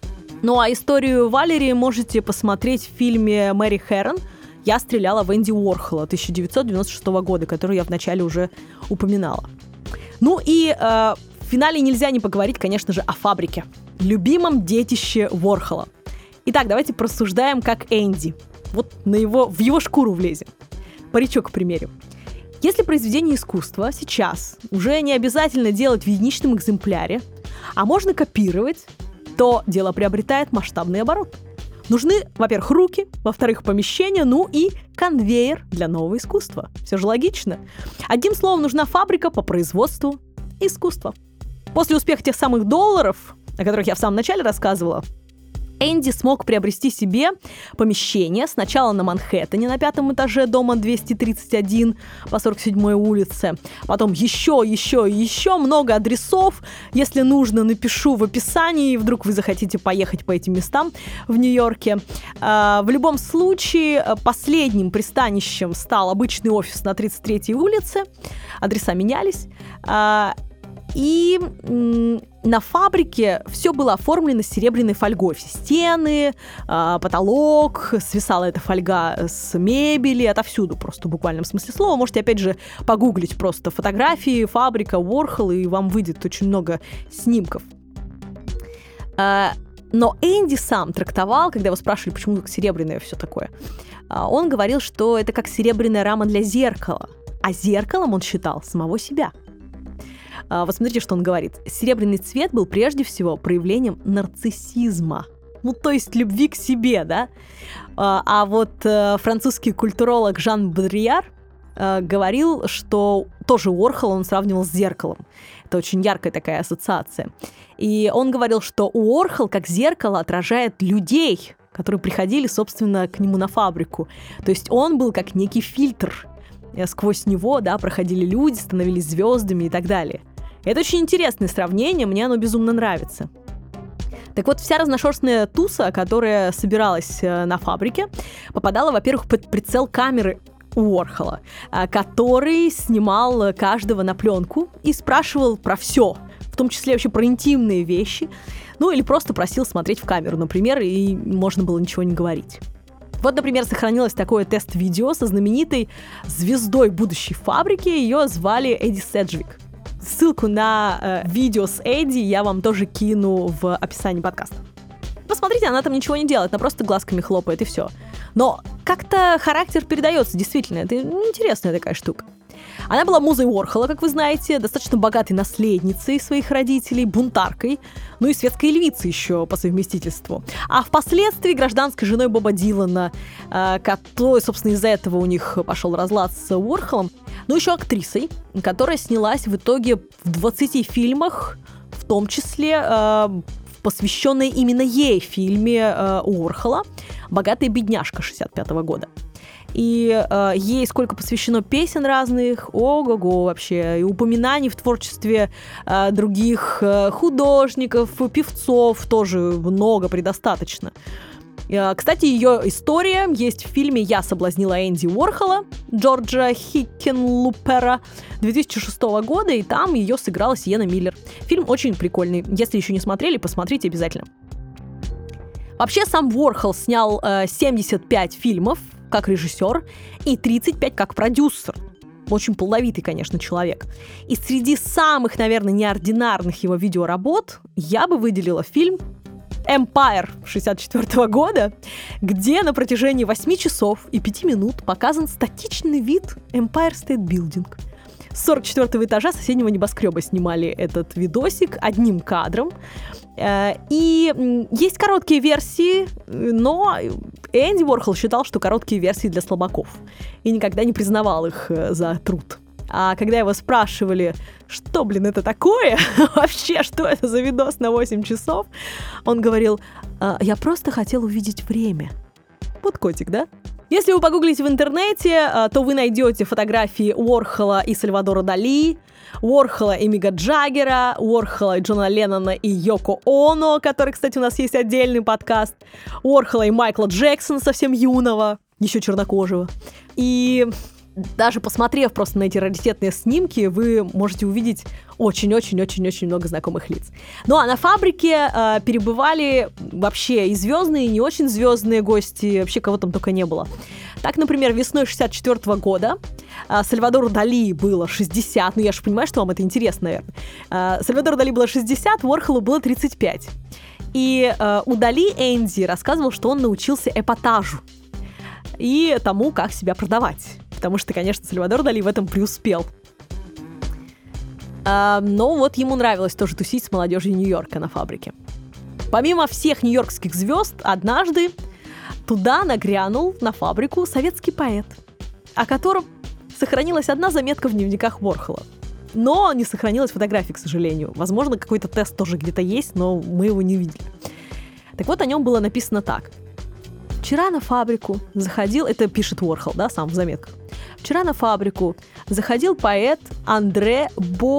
Ну а историю Валерии можете посмотреть в фильме «Мэри Хэрон. Я стреляла в Энди Уорхола» тысяча девятьсот девяносто шестого года, который я вначале уже упоминала. Ну и э, в финале нельзя не поговорить, конечно же, о фабрике, любимом детище Уорхола. Итак, давайте порассуждаем, как Энди. Вот на его, в его шкуру влезем. Паричок к примеру. Если произведение искусства сейчас уже не обязательно делать в единичном экземпляре, а можно копировать, то дело приобретает масштабный оборот. Нужны, во-первых, руки, во-вторых, помещение, ну и конвейер для нового искусства. Все же логично. Одним словом, нужна фабрика по производству искусства. После успеха тех самых долларов, о которых я в самом начале рассказывала, Энди смог приобрести себе помещение сначала на Манхэттене на пятом этаже дома двести тридцать один по сорок седьмой улице, потом еще, еще и еще много адресов. Если нужно, напишу в описании, вдруг вы захотите поехать по этим местам в Нью-Йорке. В любом случае, последним пристанищем стал обычный офис на тридцать третьей улице. Адреса менялись. И на фабрике все было оформлено серебряной фольгой. Все стены, потолок, свисала эта фольга с мебели, отовсюду просто в буквальном смысле слова. Можете, опять же, погуглить просто фотографии, фабрика, Уорхол, и вам выйдет очень много снимков. Но Энди сам трактовал, когда его спрашивали, почему так серебряное все такое, он говорил, что это как серебряная рама для зеркала, а зеркалом он считал самого себя. Вот смотрите, что он говорит. Серебряный цвет был прежде всего проявлением нарциссизма. Ну, то есть любви к себе, да? А вот французский культуролог Жан Бодрияр говорил, что тоже Уорхола он сравнивал с зеркалом. Это очень яркая такая ассоциация. И он говорил, что Уорхол как зеркало отражает людей, которые приходили, собственно, к нему на фабрику. То есть он был как некий фильтр. Сквозь него, да, проходили люди, становились звездами и так далее. Это очень интересное сравнение, мне оно безумно нравится. Так вот, вся разношерстная туса, которая собиралась на фабрике, попадала, во-первых, под прицел камеры Уорхола, который снимал каждого на пленку и спрашивал про все, в том числе вообще про интимные вещи, ну или просто просил смотреть в камеру, например, и можно было ничего не говорить. Вот, например, сохранилось такое тест-видео со знаменитой звездой будущей фабрики, ее звали Эдди Седжвик. Ссылку на э, видео с Эдди я вам тоже кину в описании подкаста. Посмотрите, она там ничего не делает, она просто глазками хлопает и все. Но как-то характер передается, действительно, это интересная такая штука. Она была музой Уорхола, как вы знаете, достаточно богатой наследницей своих родителей, бунтаркой, ну и светской львицей еще по совместительству. А впоследствии гражданской женой Боба Дилана, э, которой, собственно, из-за этого у них пошел разлад с Уорхолом, ну еще актрисой, которая снялась в итоге в двадцати фильмах, в том числе э, посвященной именно ей фильме э, Уорхола «Богатая бедняжка» шестьдесят пятого года. И э, ей сколько посвящено песен разных, ого-го вообще, и упоминаний в творчестве э, других э, художников, певцов тоже много, предостаточно. Э, кстати, ее история есть в фильме «Я соблазнила Энди Уорхола» Джорджа Хиккенлупера две тысячи шестого года, и там ее сыграла Сиенна Миллер. Фильм очень прикольный, если еще не смотрели, посмотрите обязательно. Вообще, сам Уорхол снял э, семьдесят пять фильмов как режиссер и тридцать пять как продюсер. Очень плодовитый, конечно, человек. И среди самых, наверное, неординарных его видеоработ я бы выделила фильм «Empire» шестьдесят четвёртого года, где на протяжении восьми часов и пяти минут показан статичный вид Empire State Building. С сорок четвёртого этажа соседнего небоскреба снимали этот видосик одним кадром. И есть короткие версии, но Энди Уорхол считал, что короткие версии для слабаков, и никогда не признавал их за труд. А когда его спрашивали, что, блин, это такое, вообще, что это за видос на восемь часов, он говорил: «Я просто хотел увидеть время». Вот котик, да? Если вы погуглите в интернете, то вы найдете фотографии Уорхола и Сальвадора Дали, Уорхола и Мика Джаггера, Уорхола и Джона Леннона и Йоко Оно, который, кстати, у нас есть отдельный подкаст, Уорхола и Майкла Джексона, совсем юного, еще чернокожего. И даже посмотрев просто на эти раритетные снимки, вы можете увидеть очень-очень-очень-очень много знакомых лиц. Ну а на фабрике э, перебывали вообще и звездные, и не очень звездные гости, вообще кого там только не было. Так, например, весной шестьдесят четвёртого года э, Сальвадору Дали было шестьдесят, ну я же понимаю, что вам это интересно, наверное. Э, Сальвадору Дали было шестьдесят, Уорхолу было тридцать пять. И э, у Дали Энди рассказывал, что он научился эпатажу и тому, как себя продавать. Потому что, конечно, Сальвадор Дали в этом преуспел. А, но вот ему нравилось тоже тусить с молодежью Нью-Йорка на фабрике. Помимо всех нью-йоркских звезд, однажды туда нагрянул на фабрику советский поэт, о котором сохранилась одна заметка в дневниках Уорхола. Но не сохранилась фотография, к сожалению. Возможно, какой-то тест тоже где-то есть, но мы его не видели. Так вот, о нем было написано так. «Вчера на фабрику заходил...» Это пишет Уорхол, да, сам в заметках. «Вчера на фабрику заходил поэт Андре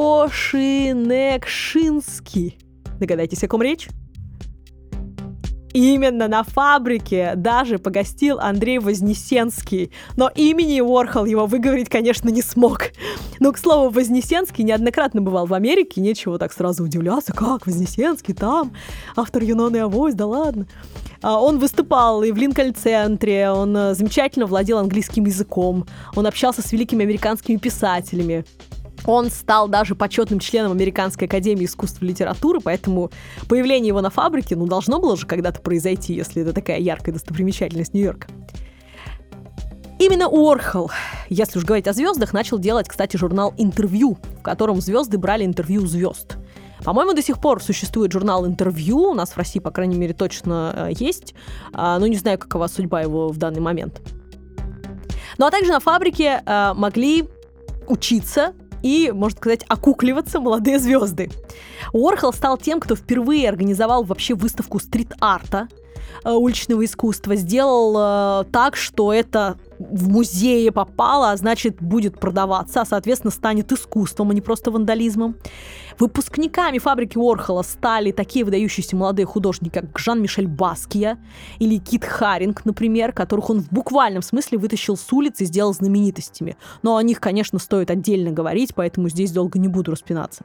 Бошинекшинский». Догадайтесь, о ком речь? Именно на фабрике даже погостил Андрей Вознесенский, но имени Уорхол его выговорить, конечно, не смог. Но, к слову, Вознесенский неоднократно бывал в Америке, нечего так сразу удивляться, как Вознесенский там, автор «Юнона и Авось», да ладно. Он выступал и в Линкольн-центре, он замечательно владел английским языком, он общался с великими американскими писателями. Он стал даже почетным членом Американской академии искусств и литературы, поэтому появление его на фабрике, ну, должно было же когда-то произойти, если это такая яркая достопримечательность Нью-Йорка. Именно Уорхол, если уж говорить о звездах, начал делать, кстати, журнал «Интервью», в котором звезды брали интервью у звезд. По-моему, до сих пор существует журнал «Интервью», у нас в России, по крайней мере, точно э, есть, э, но не знаю, какова судьба его в данный момент. Ну, а также на фабрике э, могли учиться и, можно сказать, окукливаться молодые звезды. Уорхол стал тем, кто впервые организовал вообще выставку стрит-арта, э, уличного искусства, сделал э, так, что это в музее попало, а значит, будет продаваться, а, соответственно, станет искусством, а не просто вандализмом. Выпускниками фабрики Уорхола стали такие выдающиеся молодые художники, как Жан-Мишель Баския или Кит Харинг, например, которых он в буквальном смысле вытащил с улицы и сделал знаменитостями. Но о них, конечно, стоит отдельно говорить, поэтому здесь долго не буду распинаться.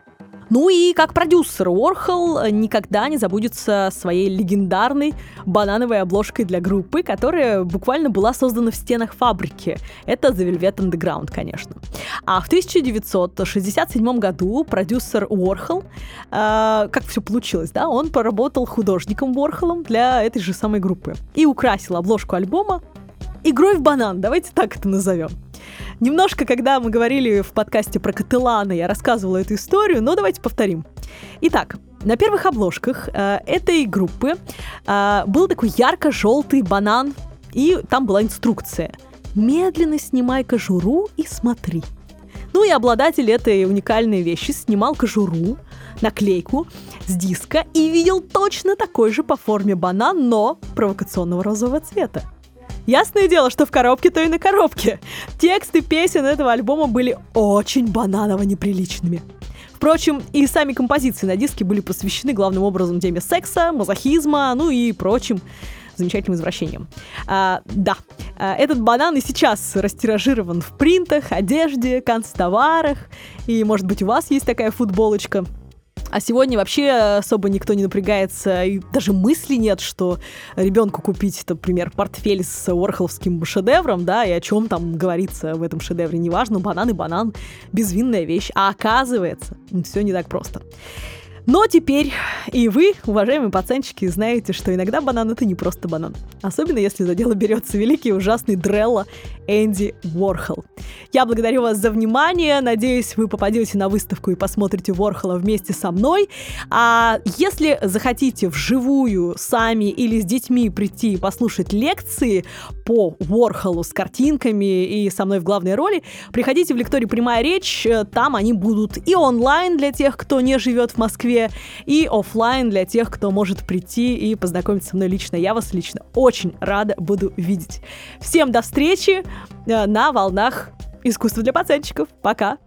Ну и как продюсер Уорхол никогда не забудется своей легендарной банановой обложкой для группы, которая буквально была создана в стенах фабрики. Это The Velvet Underground, конечно. А в тысяча девятьсот шестьдесят седьмом году продюсер Уорхол, э, как все получилось, да, он поработал художником Уорхолом для этой же самой группы и украсил обложку альбома игрой в банан, давайте так это назовем. Немножко, когда мы говорили в подкасте про Кателана, я рассказывала эту историю, но давайте повторим. Итак, на первых обложках э, этой группы э, был такой ярко-желтый банан, и там была инструкция: «Медленно снимай кожуру и смотри». Ну и обладатель этой уникальной вещи снимал кожуру, наклейку с диска и видел точно такой же по форме банан, но провокационного розового цвета. Ясное дело, что в коробке, то и на коробке. Тексты песен этого альбома были очень бананово-неприличными. Впрочем, и сами композиции на диске были посвящены главным образом теме секса, мазохизма, ну и прочим замечательным извращениям. А, да, а, этот банан и сейчас растиражирован в принтах, одежде, канцтоварах, и, может быть, у вас есть такая футболочка. А сегодня вообще особо никто не напрягается, и даже мысли нет, что ребенку купить, например, портфель с уорхоловским шедевром, да, и о чем там говорится в этом шедевре, неважно, банан и банан, безвинная вещь. А оказывается, все не так просто. Но теперь и вы, уважаемые пацанчики, знаете, что иногда банан — это не просто банан. Особенно, если за дело берется великий и ужасный Дрелла Энди Уорхол. Я благодарю вас за внимание. Надеюсь, вы попадете на выставку и посмотрите Уорхола вместе со мной. А если захотите вживую сами или с детьми прийти и послушать лекции по Уорхолу с картинками и со мной в главной роли, приходите в лекторий «Прямая речь». Там они будут и онлайн для тех, кто не живет в Москве, и офлайн для тех, кто может прийти и познакомиться со мной лично. Я вас лично очень рада буду видеть. Всем до встречи на волнах искусства для пацанчиков. Пока!